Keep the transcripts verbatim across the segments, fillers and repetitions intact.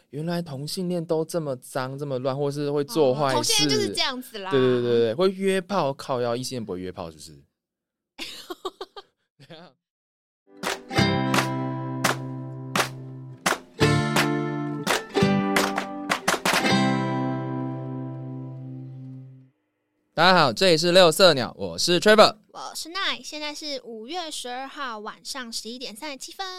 原来同性恋都这么脏这么乱，或是会做坏事、哦、 同性恋就是这样子啦。 对对对对，会约炮靠腰，异性恋不会约炮是不是？大家好，这里是六色鸟，我是 Trevor， 我是奈，现在是五月十二号晚上十一点三十七分。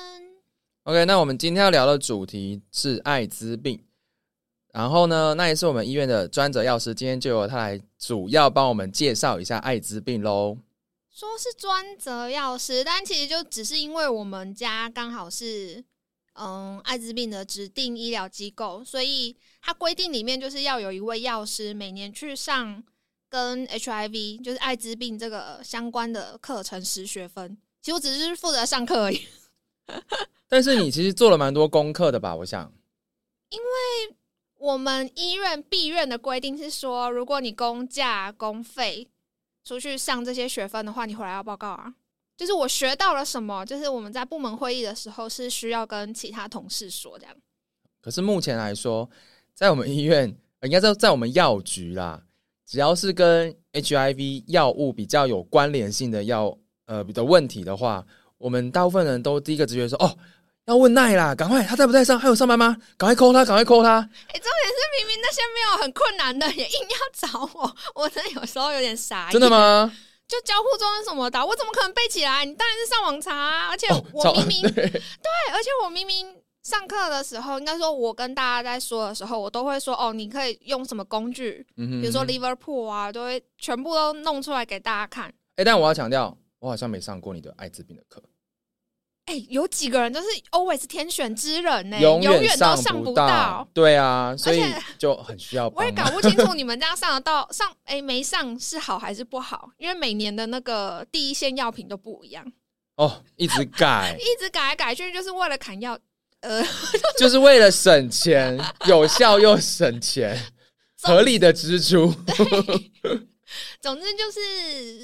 OK， 那我们今天要聊的主题是艾滋病。然后呢，那也是我们医院的专责药师，今天就由他来主要帮我们介绍一下艾滋病咯。 说是专责药师，但其实就只是因为我们家刚好是嗯艾滋病的指定医疗机构，所以它规定里面就是要有一位药师每年去上跟 H I V 就是艾滋病这个相关的课程十学分。其实我只是负责上课而已。 但是你其实做了蛮多功课的吧，我想。 因为我们医院闭院的规定是说，如果你公假公费出去上这些学分的话，你回来要报告啊。就是我学到了什么，就是我们在部门会议的时候是需要跟其他同事说这样。 可是目前来说，在我们医院，应该在在我们药局啦，只要是跟 H I V 药物比较有关联性的药呃的问题的话，我们大部分人都第一个直觉说，哦，要问奈啦，赶快，他在不在上？还有上班吗？赶快 call 他，赶快 call 他。 哎、欸，重点是明明那些没有很困难的，也硬要找我，我真的有时候有点傻眼。 真的吗？ 就交互中心什么的，我怎么可能背起来？你当然是上网查啊！而且我明明、哦、对, 对，而且我明明上课的时候，应该说我跟大家在说的时候，我都会说哦，你可以用什么工具，嗯、哼比如说 Liverpool 啊，都会全部都弄出来给大家看。 哎，但我要强调，我好像没上过你的艾滋病的课。 哎、欸，有几个人都是 always 天选之人呢、欸， 永远都上不到。 对啊，所以就很需要帮忙。 我也搞不清楚你们这样上得到上，哎、欸，没上是好还是不好？因为每年的那个第一线药品都不一样。 哦，一直改， 一直改来改去，就是为了砍药，呃， 就是为了省钱，有效又省钱，合理的支出。 总之就是，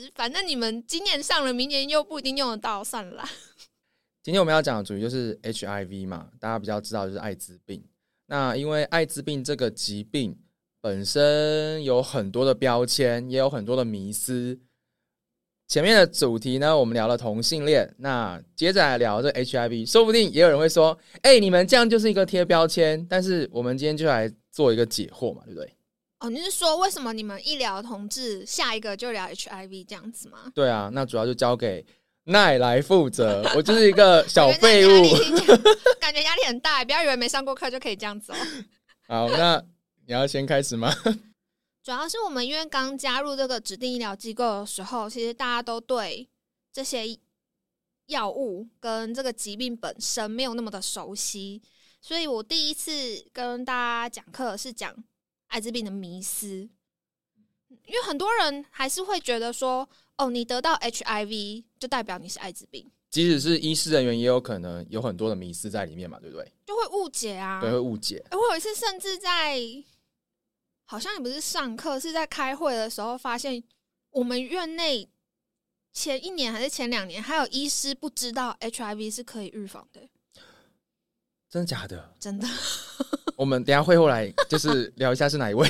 反正你们今年上了，明年又不一定用得到，算了啦。 今天我们要讲的主题就是 H I V 嘛，大家比较知道就是艾滋病。那因为艾滋病这个疾病本身有很多的标签，也有很多的迷思。前面的主题呢，我们聊了同性恋，那接着来聊这 H I V， 说不定也有人会说，哎、欸，你们这样就是一个贴标签。但是我们今天就来做一个解惑嘛，对不对？ 哦，你是说为什么你们一聊同志，下一个就聊 H I V 这样子吗？ 对啊，那主要就交给奈来负责，我就是一个小废物， 感觉压力很大，不要以为没上过课就可以这样子哦。 好，那你要先开始吗？ 主要是我们因为刚加入这个指定医疗机构的时候，其实大家都对这些药物跟这个疾病本身没有那么的熟悉，所以我第一次跟大家讲课是讲艾滋病的迷思，因为很多人还是会觉得说，哦，你得到 H I V 就代表你是艾滋病， 即使是医师人员也有可能有很多的迷思在里面嘛，对不对？ 就会误解啊， 对，会误解。 我有一次甚至在好像也不是上课，是在开会的时候发现，我们院内前一年还是前两年，还有医师不知道 H I V 是可以预防的。 真的假的？ 真的。 我们等一下会后来就是聊一下是哪一位。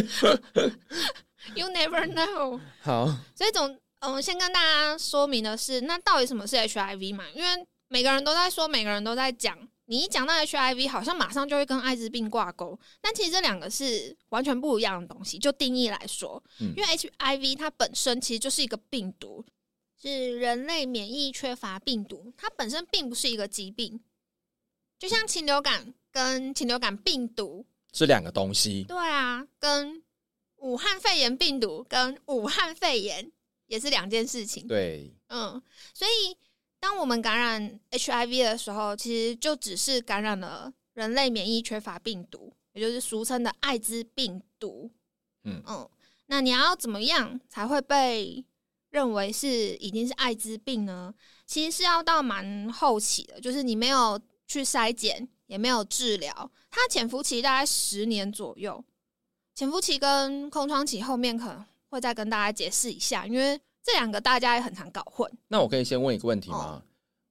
You never know。 好， 所以总嗯，先跟大家说明的是，那到底什么是 H I V 嘛？因为每个人都在说，每个人都在讲，你一讲到 H I V， 好像马上就会跟艾滋病挂钩。但其实这两个是完全不一样的东西。就定义来说，嗯、因为 H I V 它本身其实就是一个病毒，是人类免疫缺乏病毒，它本身并不是一个疾病。就像禽流感跟禽流感病毒是两个东西。 对啊，跟武汉肺炎病毒跟武汉肺炎也是两件事情。 对， 嗯，所以当我们感染 H I V 的时候，其实就只是感染了人类免疫缺乏病毒，也就是俗称的艾滋病毒。嗯嗯，那你要怎么样才会被认为是已经是艾滋病呢？其实是要到蛮后期的，就是你没有去筛检，也没有治疗，它潜伏期大概十年左右。潜伏期跟空窗期后面可能会再跟大家解释一下，因为这两个大家也很常搞混。 那我可以先问一个问题吗？哦、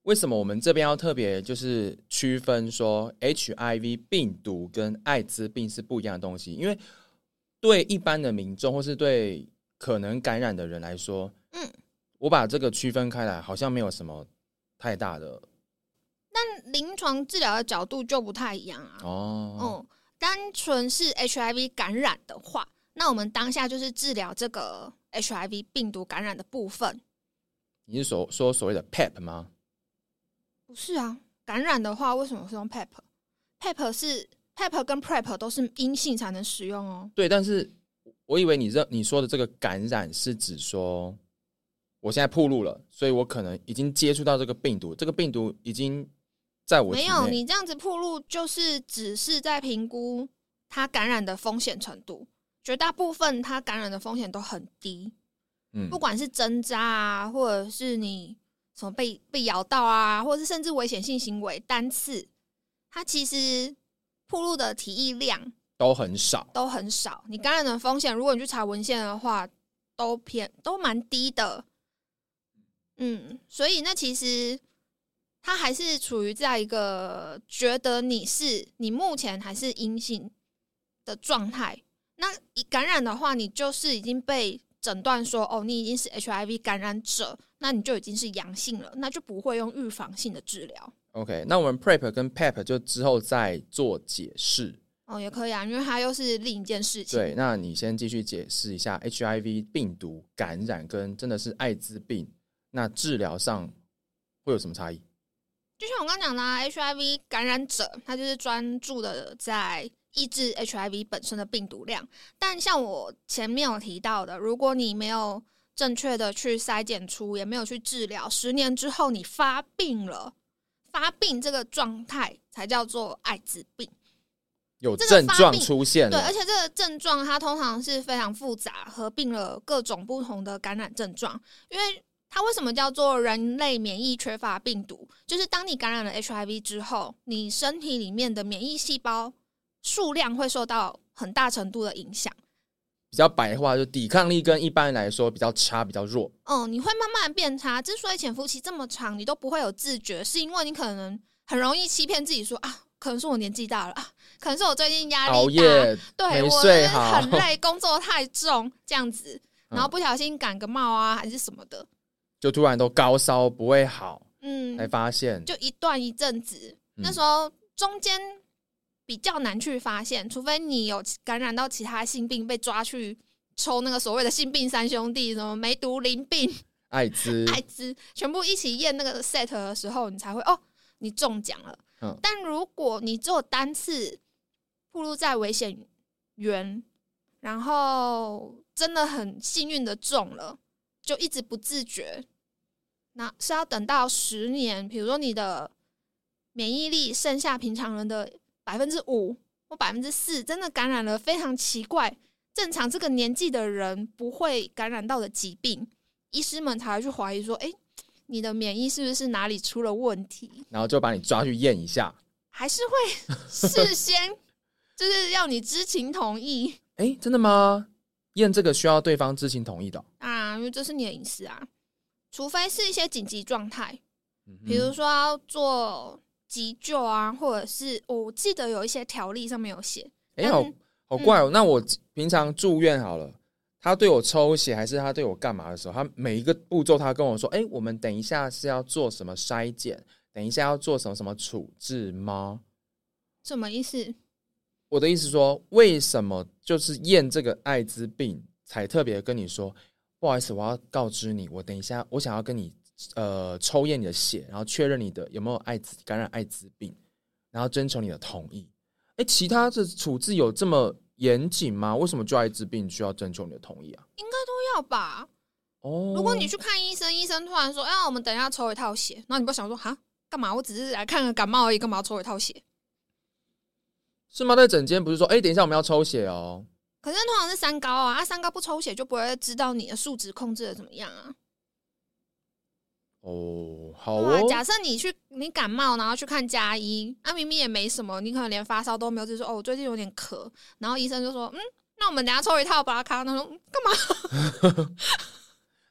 为什么我们这边要特别就是区分说 H I V 病毒跟艾滋病是不一样的东西？因为对一般的民众或是对可能感染的人来说，嗯，我把这个区分开来，好像没有什么太大的。 但临床治疗的角度就不太一样啊。哦，嗯，单纯是 H I V 感染的话，那我们当下就是治疗这个 H I V 病毒感染的部分。 你是说说所谓的 P E P 吗？ 不是啊，感染的话为什么是用 P E P？P E P 是 P E P 跟 P R E P 都是阴性才能使用哦。 对，但是我以为你这你说的这个感染是指说，我现在暴露了，所以我可能已经接触到这个病毒，这个病毒已经在我体内。 没有，你这样子暴露就是只是在评估它感染的风险程度，绝大部分它感染的风险都很低。嗯，不管是针扎啊，或者是你什么被被咬到啊，或者是甚至危险性行为单次，它其实暴露的体液量都很少， 都很少。你感染的风险，如果你去查文献的话，都偏都蛮低的。嗯，所以那其实它还是处于在一个觉得你是你目前还是阴性的状态。那感染的话，你就是已经被诊断说哦，你已经是 H I V 感染者，那你就已经是阳性了，那就不会用预防性的治疗。 OK， 那我们 P R E P 跟 P E P 就之后再做解释。 哦，也可以啊，因为它又是另一件事情。 对，那你先继续解释一下 H I V 病毒感染跟真的是艾滋病，那治疗上会有什么差异？ 就像我刚刚讲的、啊、H I V 感染者，他就是专注的在抑制 H I V 本身的病毒量，但像我前面有提到的，如果你没有正确的去筛检出，也没有去治疗，十年之后你发病了，发病这个状态才叫做艾滋病， 有症状出现了。 对，而且这个症状它通常是非常复杂，合并了各种不同的感染症状。因为它为什么叫做人类免疫缺乏病毒，就是当你感染了 H I V 之后，你身体里面的免疫细胞数量会受到很大程度的影响。 比较白话，就抵抗力跟一般人来说比较差，比较弱。 嗯，你会慢慢变差。之所以潜伏期这么长，你都不会有自觉，是因为你可能很容易欺骗自己说啊，可能是我年纪大了啊，可能是我最近压力大， 熬夜， 对， 没睡好， 我很累，工作太重，这样子，然后不小心感个冒啊，还是什么的， 就突然都高烧不会好，嗯，才发现， 就一段一阵子，嗯、那时候中间比较难去发现，除非你有感染到其他性病，被抓去抽那个所谓的性病三兄弟，什么梅毒、淋病、 艾滋、 艾滋，全部一起验那个 set 的时候，你才会哦，你中奖了。嗯、但如果你只有单次暴露在危险源，然后真的很幸运的中了，就一直不自觉，那是要等到十年，比如说你的免疫力剩下平常人的百分之五或百分之四，真的感染了非常奇怪、正常这个年纪的人不会感染到的疾病，医师们才会去怀疑说，哎、欸，你的免疫是不是哪里出了问题？ 然后就把你抓去验一下， 还是会事先就是要你知情同意。 哎、欸，真的吗？验这个需要对方知情同意的、哦？ 啊，因为这是你的隐私啊，除非是一些紧急状态，比如说要做急救啊，或者是、哦、我记得有一些条例上面有写。 哎、欸，好好怪哦、嗯！那我平常住院好了，他对我抽血还是他对我干嘛的时候，他每一个步骤他跟我说：“哎、欸，我们等一下是要做什么筛检，等一下要做什么什么处置吗？” 什么意思？ 我的意思说，为什么就是验这个艾滋病才特别跟你说，不好意思，我要告知你，我等一下我想要跟你呃抽验你的血，然后确认你的有没有艾滋感染艾滋病，然后征求你的同意。哎，其他的处置有这么严谨吗？为什么就艾滋病需要征求你的同意啊？ 应该都要吧。哦，如果你去看医生，医生突然说，哎、啊，我们等一下抽一套血，然后你不想说，哈，干嘛？我只是来看个感冒而已，干嘛要抽一套血？ 是吗？在诊间不是说，哎、欸，等一下我们要抽血哦。 可是通常是三高啊，啊，三高不抽血就不会知道你的数值控制的怎么样啊。 哦，好哦。啊、 假设你去你感冒，然后去看家医，啊，明明也没什么，你可能连发烧都没有，就是说，哦，我最近有点咳，然后医生就说，嗯，那我们等一下抽一套巴拉卡，他说干嘛？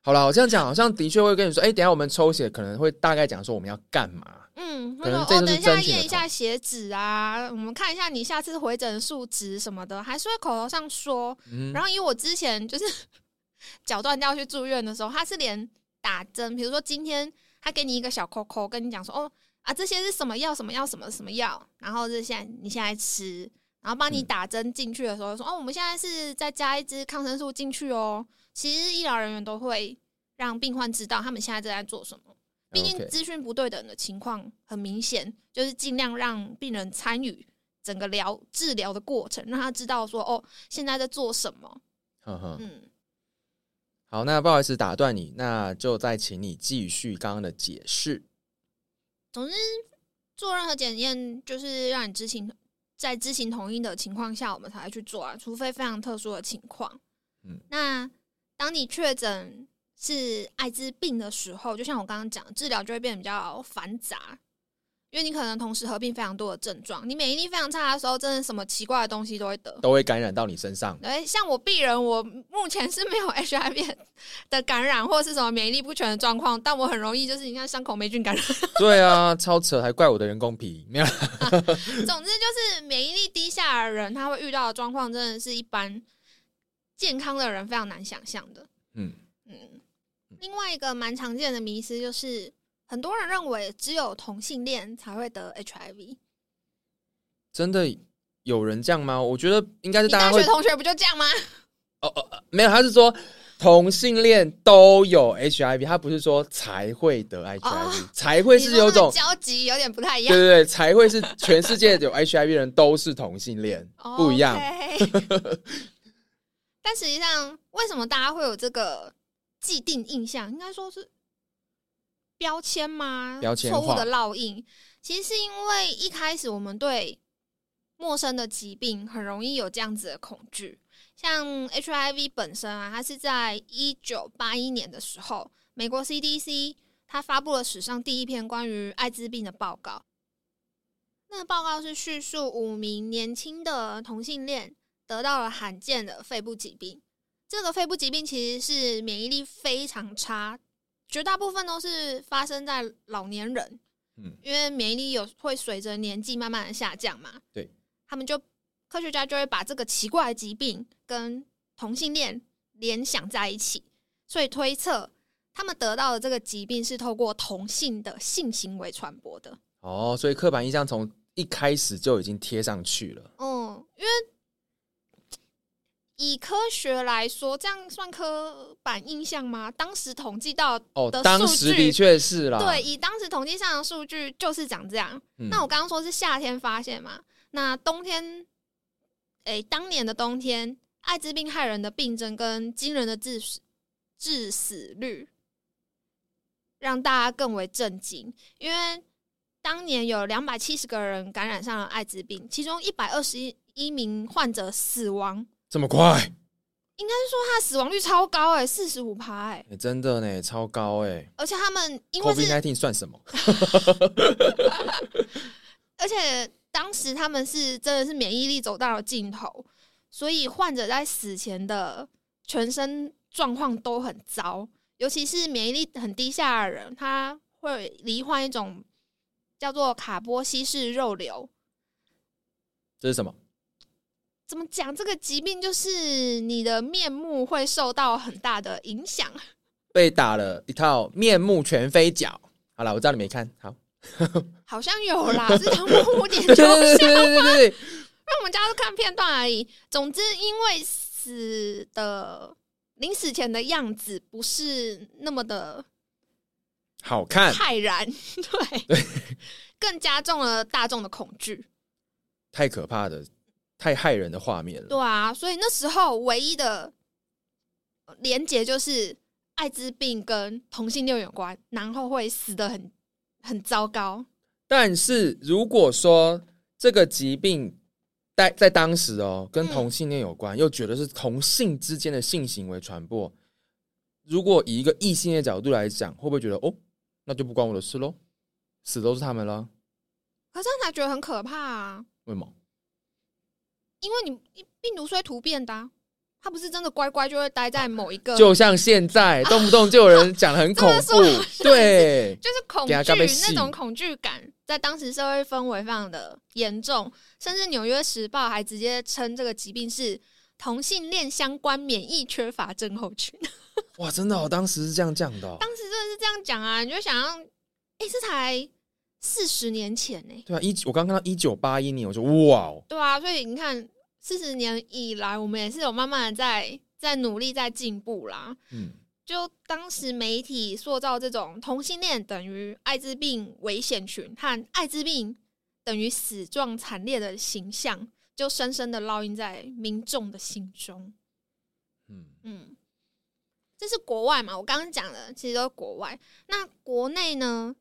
好啦，我这样讲好像的确会跟你说，哎、欸，等一下我们抽血可能会大概讲说我们要干嘛。 嗯， 可能这就是真情的哦，等一下验一下血脂啊，我们看一下你下次回诊数值什么的，还是会口头上说。嗯、然后因为我之前就是脚断掉去住院的时候，他是连打针，比如说今天他给你一个小扣扣，跟你讲说，哦啊，这些是什么药什么药什么什么药，然后是现在你现在吃，然后帮你打针进去的时候说，哦，我们现在是再加一支抗生素进去哦。其实医疗人员都会让病患知道他们现在正在做什么，毕竟资讯不对等的情况很明显，就是尽量让病人参与整个疗治疗的过程，让他知道说哦现在在做什么。 呵呵嗯，好，那不好意思打断你，那就再请你继续刚刚的解释。 总之，做任何检验就是让你知情，在知情同意的情况下，我们才会去做啊，除非非常特殊的情况。嗯，那当你确诊是艾滋病的时候，就像我刚刚讲，治疗就会变得比较繁杂，因为你可能同时合并非常多的症状。你免疫力非常差的时候，真的什么奇怪的东西都会得， 都会感染到你身上。 对，像我鄙人，我目前是没有 H I V 的感染或是什么免疫力不全的状况，但我很容易就是你看伤口霉菌感染。 对啊，超扯，还怪我的人工皮。没有、啊。 总之就是免疫力低下的人，他会遇到的状况，真的是一般健康的人非常难想象的。嗯嗯。另外一个蛮常见的迷思就是，很多人认为只有同性恋才会得 H I V。 真的有人这样吗？我觉得应该是大家会。 你大学同学不就这样吗？ 哦哦，没有，他是说同性恋都有 H I V， 他不是说才会得 H I V，、哦、才会是有种交集有点不太一样。 对对对，才会是全世界有 H I V 的人都是同性恋，不一样。 Okay 但实际上，为什么大家会有这个既定印象？应该说是标签吗？ 标签化，错误的烙印。其实是因为一开始我们对陌生的疾病很容易有这样子的恐惧。像 H I V 本身啊，它是在一九八一年的时候，美国 C D C 它发布了史上第一篇关于艾滋病的报告。那个报告是叙述五名年轻的同性恋得到了罕见的肺部疾病。这个肺部疾病其实是免疫力非常差，绝大部分都是发生在老年人。嗯，因为免疫力有会随着年纪慢慢的下降嘛。 对， 他们就科学家就会把这个奇怪的疾病跟同性恋联想在一起，所以推测他们得到的这个疾病是透过同性的性行为传播的。 哦，所以刻板印象从一开始就已经贴上去了。 嗯，因为以科学来说，这样算刻板印象吗？当时统计到的数据， 哦，当时的确是啦。 对，以当时统计上的数据就是长这样。嗯、那我刚刚说是夏天发现嘛，那冬天，诶，当年的冬天，艾滋病害人的病症跟惊人的致死致死率，让大家更为震惊，因为当年有两百七十个人感染上了艾滋病，其中一百二十一名患者死亡。 这么快？ 应该是说他的死亡率超高哎、欸，四十五趴哎， 真的呢，超高哎、欸。 而且他们因为是 COVID 十九 算什么？ 而且当时他们是真的是免疫力走到了尽头，所以患者在死前的全身状况都很糟，尤其是免疫力很低下的人，他会罹患一种叫做卡波西氏肉瘤。 这是什么？ 怎么讲？这个疾病就是你的面目会受到很大的影响。 被打了一套面目全非脚。好了，我知道你没看好。 好像有啦，是从模糊点就像对对对对对对， 让我们家都看片段而已。总之，因为死的临死前的样子不是那么的好看泰然，对， 对， 更加重了大众的恐惧。 太可怕的。太害人的画面了。 对啊，所以那时候唯一的连结就是艾滋病跟同性恋有关，然后会死得很很糟糕。 但是如果说这个疾病在在当时哦跟同性恋有关、嗯，又觉得是同性之间的性行为传播，如果以一个异性的角度来讲，会不会觉得哦，那就不关我的事咯，死都是他们了？ 可是他才觉得很可怕啊。 为什么？ 因为你病毒是会突变的、啊， 他不是真的乖乖就会待在某一个， 就像现在动不动就有人讲得很恐怖，对， 就是恐惧那种恐惧感，在当时社会氛围非常的严重，甚至《纽约时报》还直接称这个疾病是同性恋相关免疫缺乏症候群。 哇，真的哦，当时是这样讲的哦， 当时真的是这样讲啊！你就想要，哎、欸，这才四十年前呢、欸。 对啊，一我刚看到一九八一年，我就哇哦。 对啊，所以你看，四十年以来，我们也是有慢慢的在在努力在进步啦。嗯，就当时媒体塑造这种同性恋等于艾滋病危险群和艾滋病等于死状惨烈的形象，就深深的烙印在民众的心中。嗯嗯。这是国外嘛？我刚刚讲的其实都是国外。那国内呢？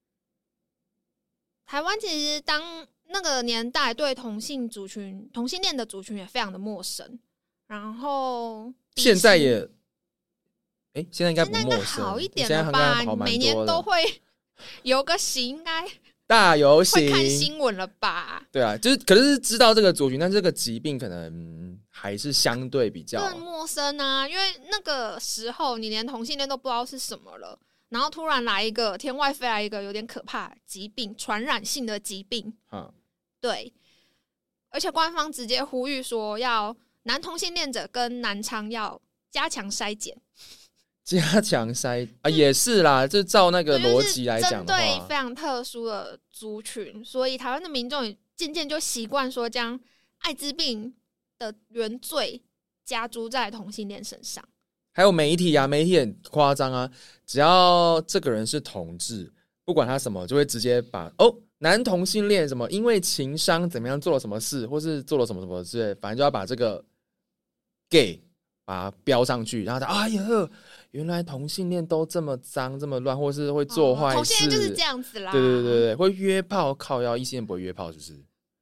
台湾其实当那个年代对同性族群、同性恋的族群也非常的陌生。然后现在也，哎、欸，现在应该不陌生， 现在应该好一点了吧？每年都会游个行，应该大游行会看新闻了吧？ 对啊，就是可是知道这个族群，但这个疾病可能还是相对比较更陌生啊。因为那个时候你连同性恋都不知道是什么了，然后突然来一个天外飞来一个有点可怕的疾病，传染性的疾病。嗯，对，而且官方直接呼吁说，要男同性恋者跟男娼要加强筛检。 加强筛啊，也是啦，就照那个逻辑来讲的话， 针对非常特殊的族群，所以台湾的民众也渐渐就习惯说将艾滋病的原罪加诸在同性恋身上。 还有媒体啊，媒体很夸张啊，只要这个人是同志，不管他什么，就会直接把哦男同性恋什么因为情伤怎么样做了什么事，或是做了什么什么之类，反正就要把这个 gay 把它标上去，然后他哎呀，原来同性恋都这么脏这么乱，或是会做坏事、哦、 同性恋就是这样子啦。 对对对对，会约炮，靠腰，异性恋不会约炮，是不是？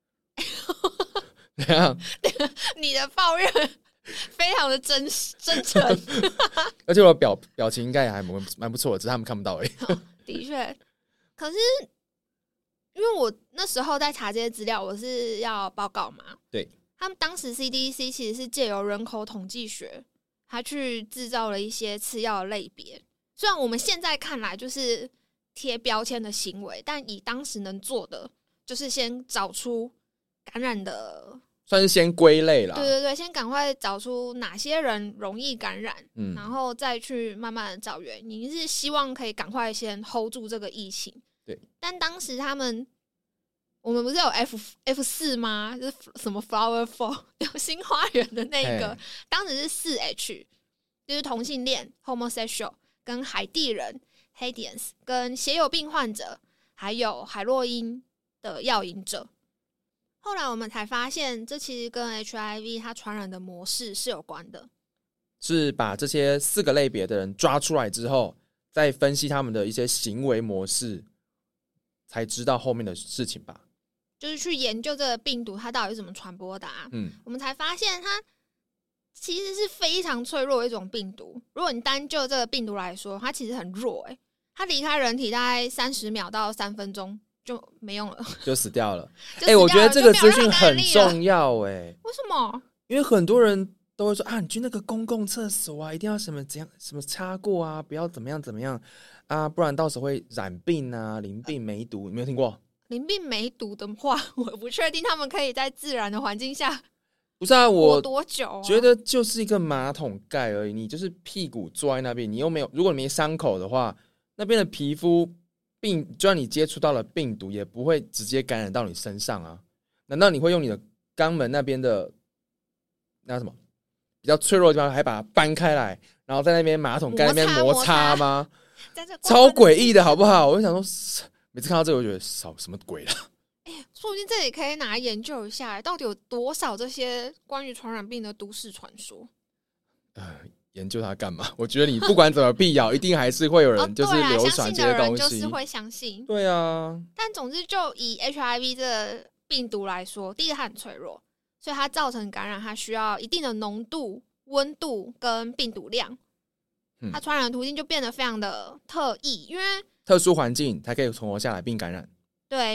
怎样？ 你的抱怨非常的真真诚， 而且我的表表情应该也还蛮不错的，只是他们看不到而已。 哦、的确，可是因为我那时候在查这些资料，我是要报告嘛。 对， 他们当时 C D C 其实是借由人口统计学，他去制造了一些次要的类别。虽然我们现在看来就是贴标签的行为，但以当时能做的，就是先找出感染的。 算是先归类啦， 对对对，先赶快找出哪些人容易感染，嗯，然后再去慢慢的找原因，是希望可以赶快先 hold 住这个疫情。 对， 但当时他们，我们不是有 F F 四吗？就是什么 Flower Four 流星花园的那个，当时是四 H， 就是同性恋 homosexual 跟海地人 Haitians 跟血友病患者，还有海洛因的药瘾者。后来我们才发现，这其实跟 H I V 它传染的模式是有关的。 是把这些四个类别的人抓出来之后，再分析他们的一些行为模式，才知道后面的事情吧。 就是去研究这个病毒它到底是怎么传播的啊。嗯，我们才发现它其实是非常脆弱的一种病毒。如果你单就这个病毒来说，它其实很弱欸，它离开人体大概三十秒到三分钟。就没用了， 就死掉了。哎、欸，我觉得这个资讯很重要哎、欸。 为什么？ 因为很多人都会说啊，你去那个公共厕所啊，一定要什么怎样什么擦过啊，不要怎么样怎么样啊，不然到时候会染病啊，淋病梅毒。你没有听过？ 淋病梅毒的话，我不确定他们可以在自然的环境下。 不是啊，我多久、啊？ 觉得就是一个马桶盖而已，你就是屁股坐在那边，你又没有，如果你没伤口的话，那边的皮肤。病，就算你接触到了病毒，也不会直接感染到你身上啊？难道你会用你的肛门那边的那什么比较脆弱的地方，还把它搬开来，然后在那边马桶盖那边摩擦吗？超诡异的好不好？我就想说，每次看到这个，我就觉得少什么鬼啦？ 哎、欸，说不定这里可以拿来研究一下，到底有多少这些关于传染病的都市传说？ 呃。研究它干嘛？我觉得你不管怎么辟谣，一定还是会有人就是流传这些东西。 哦、就是会相信。 对啊。 但总之，就以 H I V 这个病毒来说，第一个它很脆弱，所以它造成感染，它需要一定的浓度、温度跟病毒量。嗯、它传染途径就变得非常的特异，因为特殊环境才可以存活下来并感染。 对，而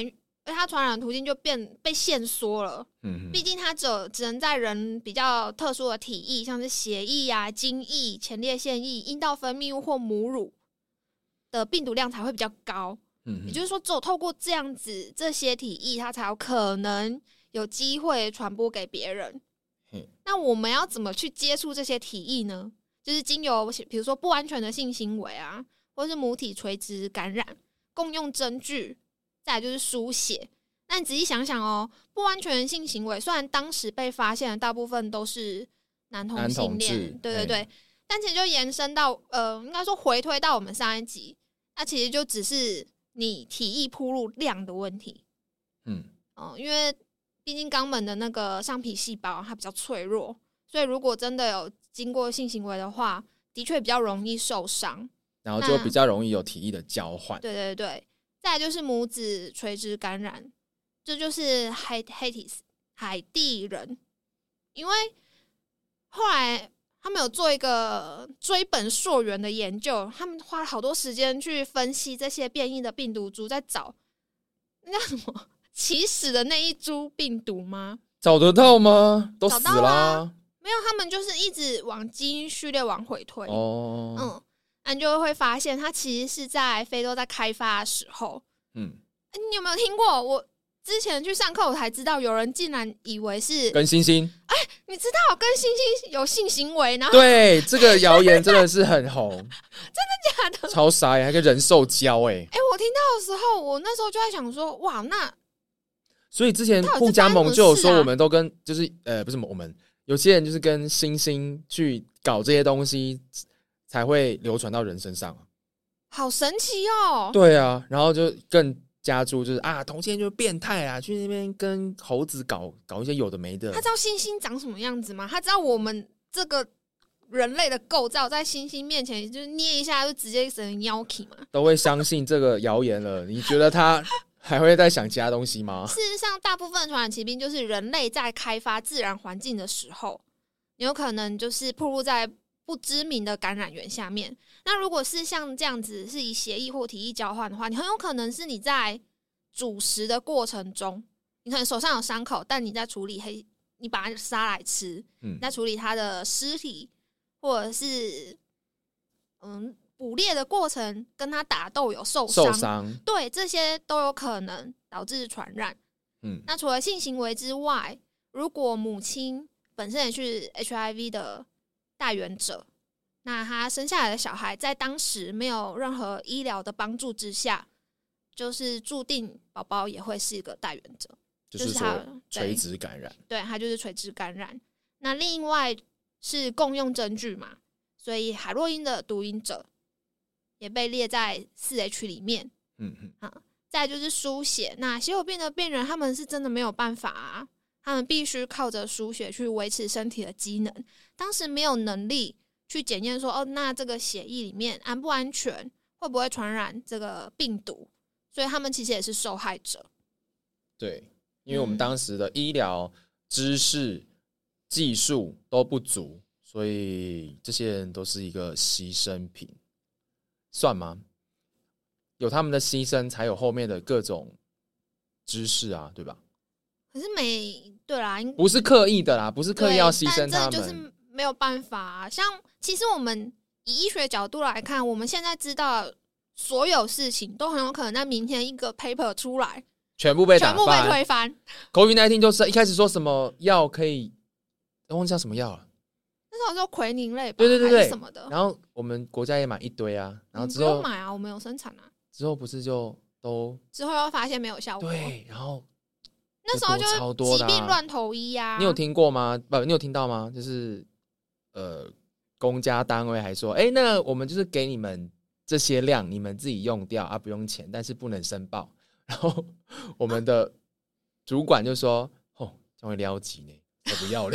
被它传染的途径就变被限缩了。嗯，毕竟它只有只能在人比较特殊的体液，像是血液啊、精液、前列腺液、阴道分泌物或母乳的病毒量才会比较高。嗯，也就是说，只有透过这样子这些体液，它才有可能有机会传播给别人。嗯，那我们要怎么去接触这些体液呢？就是经由比如说不安全的性行为啊，或是母体垂直感染、共用针具，再来就是输血。那你仔细想想哦，不安全的性行为虽然当时被发现的大部分都是男同性恋，对对对，但其实就延伸到呃，应该说回推到我们上一集，那其实就只是你体液暴露量的问题。嗯，哦、呃，因为毕竟肛门的那个上皮细胞它比较脆弱，所以如果真的有经过性行为的话，的确比较容易受伤， 然后就比较容易有体液的交换。 对对对，再来就是母子垂直感染。这就是海海地人，因为后来他们有做一个追本溯源的研究，他们花了好多时间去分析这些变异的病毒株，在找那叫什么起始的那一株病毒吗？ 找得到吗？都死啦、 啊、没有，他们就是一直往基因序列往回推。哦，嗯，那你就会发现它其实是在非洲在开发的时候。嗯，你有没有听过？我之前去上课，我才知道有人竟然以为是跟猩猩。 哎，你知道跟猩猩有性行为？然后对，这个谣言真的是很红，真的假的？ 超傻耶，还跟人兽交哎！ 哎，我听到的时候，我那时候就在想说，哇，那所以之前互加盟就有说，我们都跟就是呃，不是我们有些人就是跟猩猩去搞这些东西，才会流传到人身上。 好神奇哦！ 对啊，然后就更加注就是啊，同性恋就是变态啊，去那边跟猴子搞搞一些有的没的。 他知道猩猩长什么样子吗？他知道我们这个人类的构造在猩猩面前就是捏一下就直接成妖体吗？ 都会相信这个谣言了。你觉得他还会再想其他东西吗？ 事实上，大部分传染疾病就是人类在开发自然环境的时候，你有可能就是暴露在不知名的感染源下面。那如果是像这样子是以血液或体液交换的话，你很有可能是你在煮食的过程中，你可能手上有伤口，但你在处理黑，你把它杀来吃，嗯，在处理它的尸体，或者是嗯捕猎的过程跟它打斗有受伤，受伤，对，这些都有可能导致传染。嗯，那除了性行为之外，如果母亲本身也是 H I V 的带原者，那他生下来的小孩在当时没有任何医疗的帮助之下，就是注定宝宝也会是一个带原者， 就是说垂直感染。 对，他就是垂直感染。那另外是共用针具嘛，所以海洛因的毒瘾者也被列在 四 H 里面。嗯嗯，啊，再来就是输血。那血友病的病人他们是真的没有办法啊，他们必须靠着输血去维持身体的机能，当时没有能力去检验说，哦，那这个血液里面安不安全，会不会传染这个病毒，所以他们其实也是受害者。 对，因为我们当时的医疗知识、技术都不足，所以这些人都是一个牺牲品，算吗？有他们的牺牲，才有后面的各种知识啊，对吧？ 可是没对啦， 不是刻意的啦，不是刻意要牺牲他们， 就是没有办法啊。像其实我们以医学角度来看，我们现在知道所有事情都很有可能在明天一个 paper 出来， 全部被打翻， 全部被推翻。 COVID 十九 就是一开始说什么药可以，忘记叫什么药了， 那时候说奎宁类吧， 对对对对， 还是什么的。 然后我们国家也买一堆啊，然后之后不用买啊，我们有生产啊。 之后不是就都之后又发现没有效果， 对，然后那时候就是疾病乱投医啊。 你有听过吗？不，你有听到吗？就是呃，公家单位还说，哎、欸，那我们就是给你们这些量，你们自己用掉啊，不用钱，但是不能申报。然后我们的主管就说：“哦，这样会撩急呢，才不要嘞！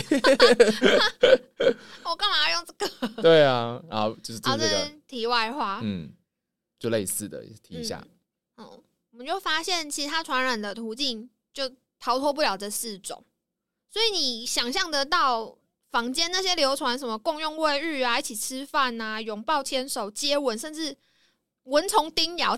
我干嘛要用这个？” 对啊，然后就是这个、 啊、题外话， 嗯，就类似的提一下。 嗯，嗯我们就发现其他传染的途径就逃脱不了这四种，所以你想象得到坊间那些流传什么共用卫浴啊、一起吃饭啊、拥抱、牵手、接吻，甚至蚊虫叮咬，这些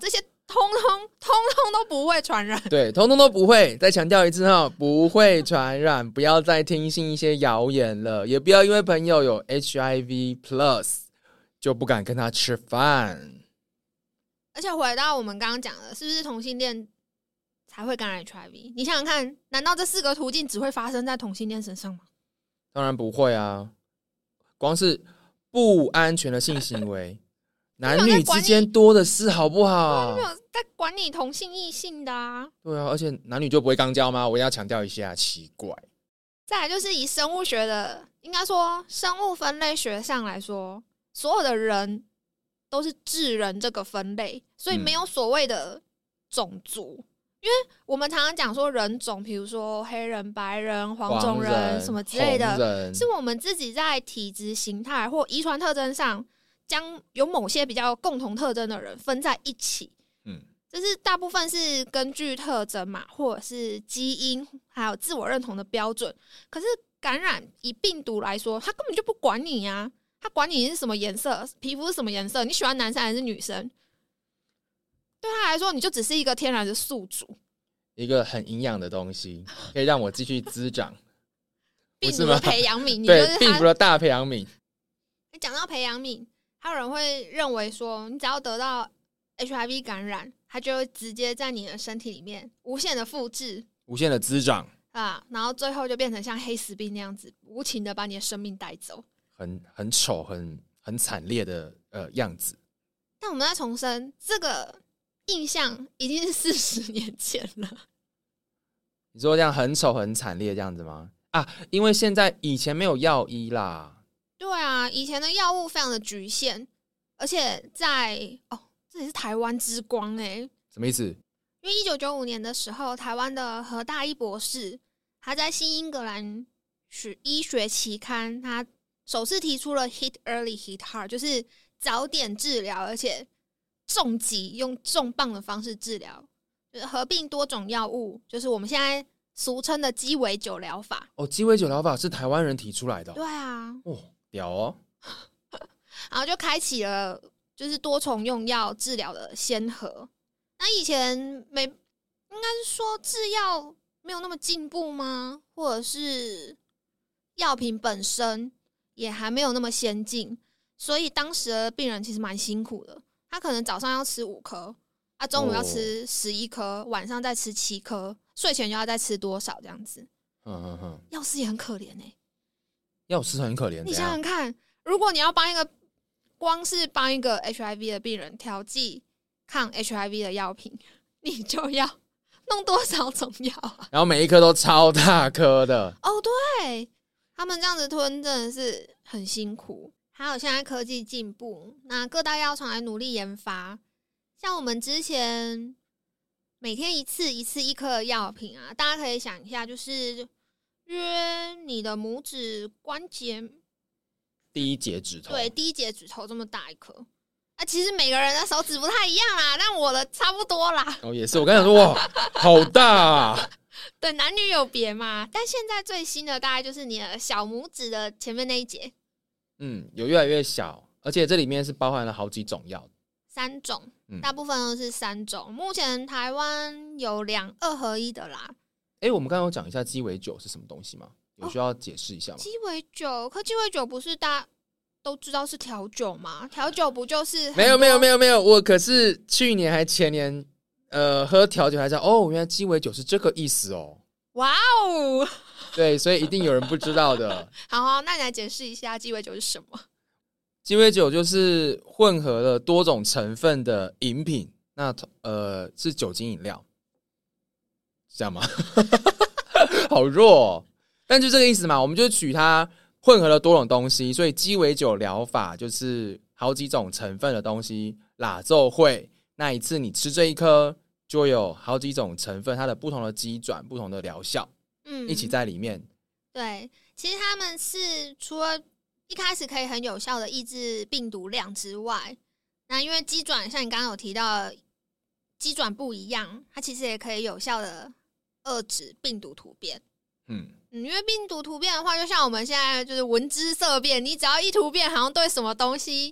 通通通通都不会传染。 对，通通都不会。再强调一次哈，不会传染，不要再听信一些谣言了，也不要因为朋友有 H I V plus 就不敢跟他吃饭。 而且回到我们刚刚讲的，是不是同性恋才会感染 H I V？ 你想想看，难道这四个途径只会发生在同性恋身上吗？ 当然不会啊，光是不安全的性行为男女之间多的是好不好？ 没有在管你同性异性的啊。 对啊，而且男女就不会肛交吗？我一定要强调一下，奇怪。 再来就是以生物学的，应该说生物分类学上来说，所有的人都是智人这个分类，所以没有所谓的种族。嗯，因为我们常常讲说人种，比如说黑人、白人、黄种人什么之类的，是我们自己在体质形态或遗传特征上将有某些比较共同特征的人分在一起。嗯，就是大部分是根据特征嘛，或者是基因还有自我认同的标准。可是感染以病毒来说，他根本就不管你啊，他管你是什么颜色，皮肤是什么颜色，你喜欢男生还是女生，对他来说你就只是一个天然的宿主，一个很营养的东西，可以让我继续滋长。 病毒的培养皿， 对，病毒的大培养皿。 你讲到培养皿，还有人会认为说，你只要得到 H I V 感染，它就会直接在你的身体里面无限的复制、 无限的滋长啊，然后最后就变成像黑死病那样子，无情的把你的生命带走， 很很丑、很很惨烈的呃样子。 但我们再重申，这个印象已经是四十年前了。 你说这样很丑、很惨烈这样子吗？啊，因为现在以前没有药医啦。 对啊，以前的药物非常的局限，而且在哦。这也是台湾之光哎、欸， 什么意思？ 因为一九九五年的时候，台湾的何大一博士，他在新英格兰医学期刊，他首次提出了 hit early hit hard， 就是早点治疗，而且重击用重磅的方式治疗，就是合并多种药物，就是我们现在俗称的鸡尾酒疗法。 哦，鸡尾酒疗法是台湾人提出来的、哦？ 对啊， 哦，屌哦， 然后就开启了。就是多重用药治疗的先河。那以前没应该是说制药没有那么进步吗？或者是药品本身也还没有那么先进，所以当时的病人其实蛮辛苦的。他可能早上要吃五颗，啊，中午要吃十一颗，晚上再吃七颗，睡前就要再吃多少这样子。嗯嗯嗯，药师也很可怜哎、欸， 药师很可怜。 你想想看，如果你要帮一个光是帮一个 H I V 的病人调剂抗 H I V 的药品，你就要弄多少种药啊？ 然后每一颗都超大颗的。 哦，对，他们这样子吞真的是很辛苦。还有现在科技进步，那各大药厂来努力研发，像我们之前每天一次一次一颗的药品啊，大家可以想一下，就是约你的拇指关节。 第一节指头， 对，第一节指头这么大一颗啊，其实每个人的手指不太一样啦，但我的差不多啦。 哦，也是，我刚才说哇，好大啊！ 对，男女有别嘛。但现在最新的大概就是你的小拇指的前面那一节， 嗯，有越来越小，而且这里面是包含了好几种药， 三种，大部分都是三种。目前台湾有两二合一的啦。 哎、欸，我们刚刚有讲一下鸡尾酒是什么东西吗？有需要解释一下吗？ 鸡尾酒，可鸡尾酒不是大家都知道是调酒吗？调酒不就是没有没有没有没有，我可是去年还前年，呃，喝调酒还知道哦，原来鸡尾酒是这个意思哦。 哇哦， 对，所以一定有人不知道的。 好、啊，那你来解释一下鸡尾酒是什么？ 鸡尾酒就是混合了多种成分的饮品，那呃是酒精饮料，是这样吗？好弱哦。但就这个意思嘛，我们就取它混合了多种东西，所以鸡尾酒疗法就是好几种成分的东西拉奏会，那一次你吃这一颗就有好几种成分，它的不同的机转、不同的疗效，嗯，一起在里面。 对，其实他们是除了一开始可以很有效的抑制病毒量之外，那因为机转像你刚刚有提到机转不一样，它其实也可以有效的遏制病毒突变。嗯嗯，因为病毒突变的话，就像我们现在就是闻之色变，你只要一突变，好像对什么东西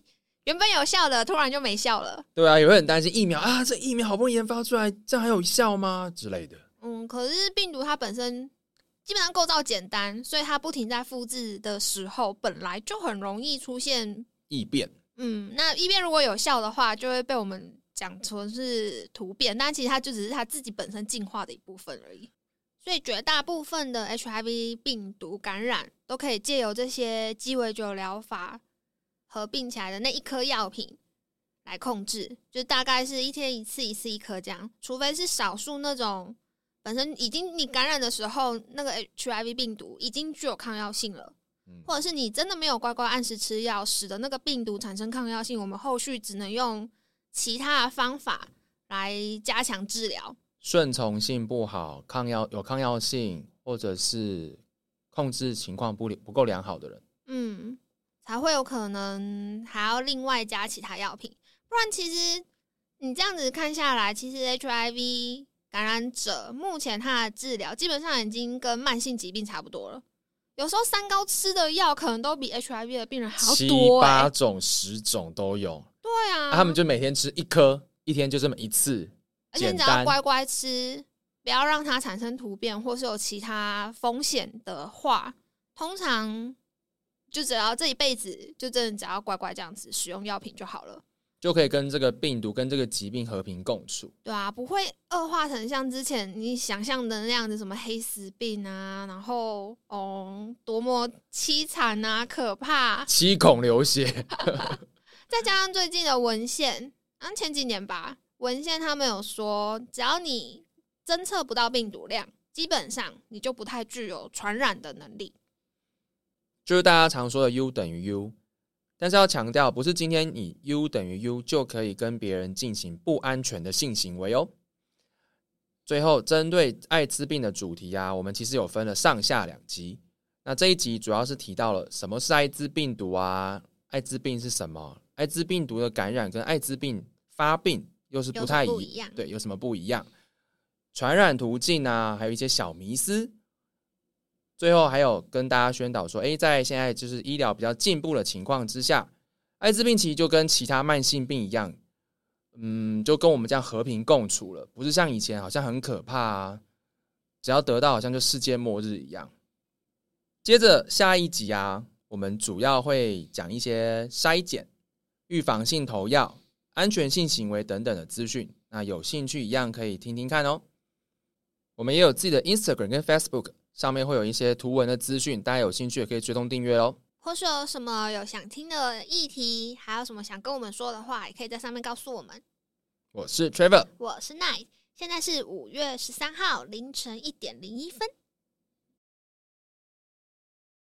原本有效的突然就没效了。 对啊，也会很担心疫苗啊，这疫苗好不容易研发出来，这样还有效吗之类的。 嗯，可是病毒它本身基本上构造简单，所以它不停在复制的时候，本来就很容易出现异变。 嗯，那异变如果有效的话，就会被我们讲成是突变，但其实它就只是它自己本身进化的一部分而已。所以绝大部分的 H I V 病毒感染都可以借由这些鸡尾酒疗法合并起来的那一颗药品来控制，就大概是一天一次一次一颗这样，除非是少数那种本身已经你感染的时候那个 H I V 病毒已经具有抗药性了，或者是你真的没有乖乖按时吃药，使得那个病毒产生抗药性，我们后续只能用其他的方法来加强治疗。 顺从性不好，抗药有抗药性，或者是控制情况不不够良好的人， 嗯，才会有可能还要另外加其他药品。不然其实你这样子看下来，其实 H I V 感染者目前他的治疗基本上已经跟慢性疾病差不多了。有时候三高吃的药可能都比 H I V 的病人还要多、欸、 七八种十种都有。 对啊， 啊他们就每天吃一颗，一天就这么一次， 而且你只要乖乖吃，不要让它产生突变或是有其他风险的话，通常就只要这一辈子就真的只要乖乖这样子使用药品就好了， 就可以跟这个病毒跟这个疾病和平共处。 对啊，不会恶化成像之前你想象的那样子，什么黑死病啊，然后哦多么凄惨啊可怕， 七孔流血再加上最近的文献，啊前几年吧，文献他们有说，只要你侦测不到病毒量，基本上你就不太具有传染的能力， 就是大家常说的 U 等于 U。但是要强调，不是今天你 U 等于 U 就可以跟别人进行不安全的性行为哦。最后，针对艾滋病的主题啊，我们其实有分了上下两集。那这一集主要是提到了什么是艾滋病毒啊，艾滋病是什么，艾滋病毒的感染跟艾滋病发病又是不太一样，对，有什么不一样？传染途径啊，还有一些小迷思。最后还有跟大家宣导说，诶，在现在就是医疗比较进步的情况之下，艾滋病其实就跟其他慢性病一样，嗯，就跟我们这样和平共处了，不是像以前好像很可怕啊，只要得到好像就世界末日一样。接着下一集啊，我们主要会讲一些筛检、预防性投药、安全性行为等等的资讯，那有兴趣一样可以听听看哦。我们也有自己的 Instagram 跟 Facebook，上面会有一些图文的资讯，大家有兴趣也可以追踪订阅咯。 或是有什么有想听的议题，还有什么想跟我们说的话，也可以在上面告诉我们。 我是 Trevor， 我是 Night， 现在是五月十三号凌晨一点零一分。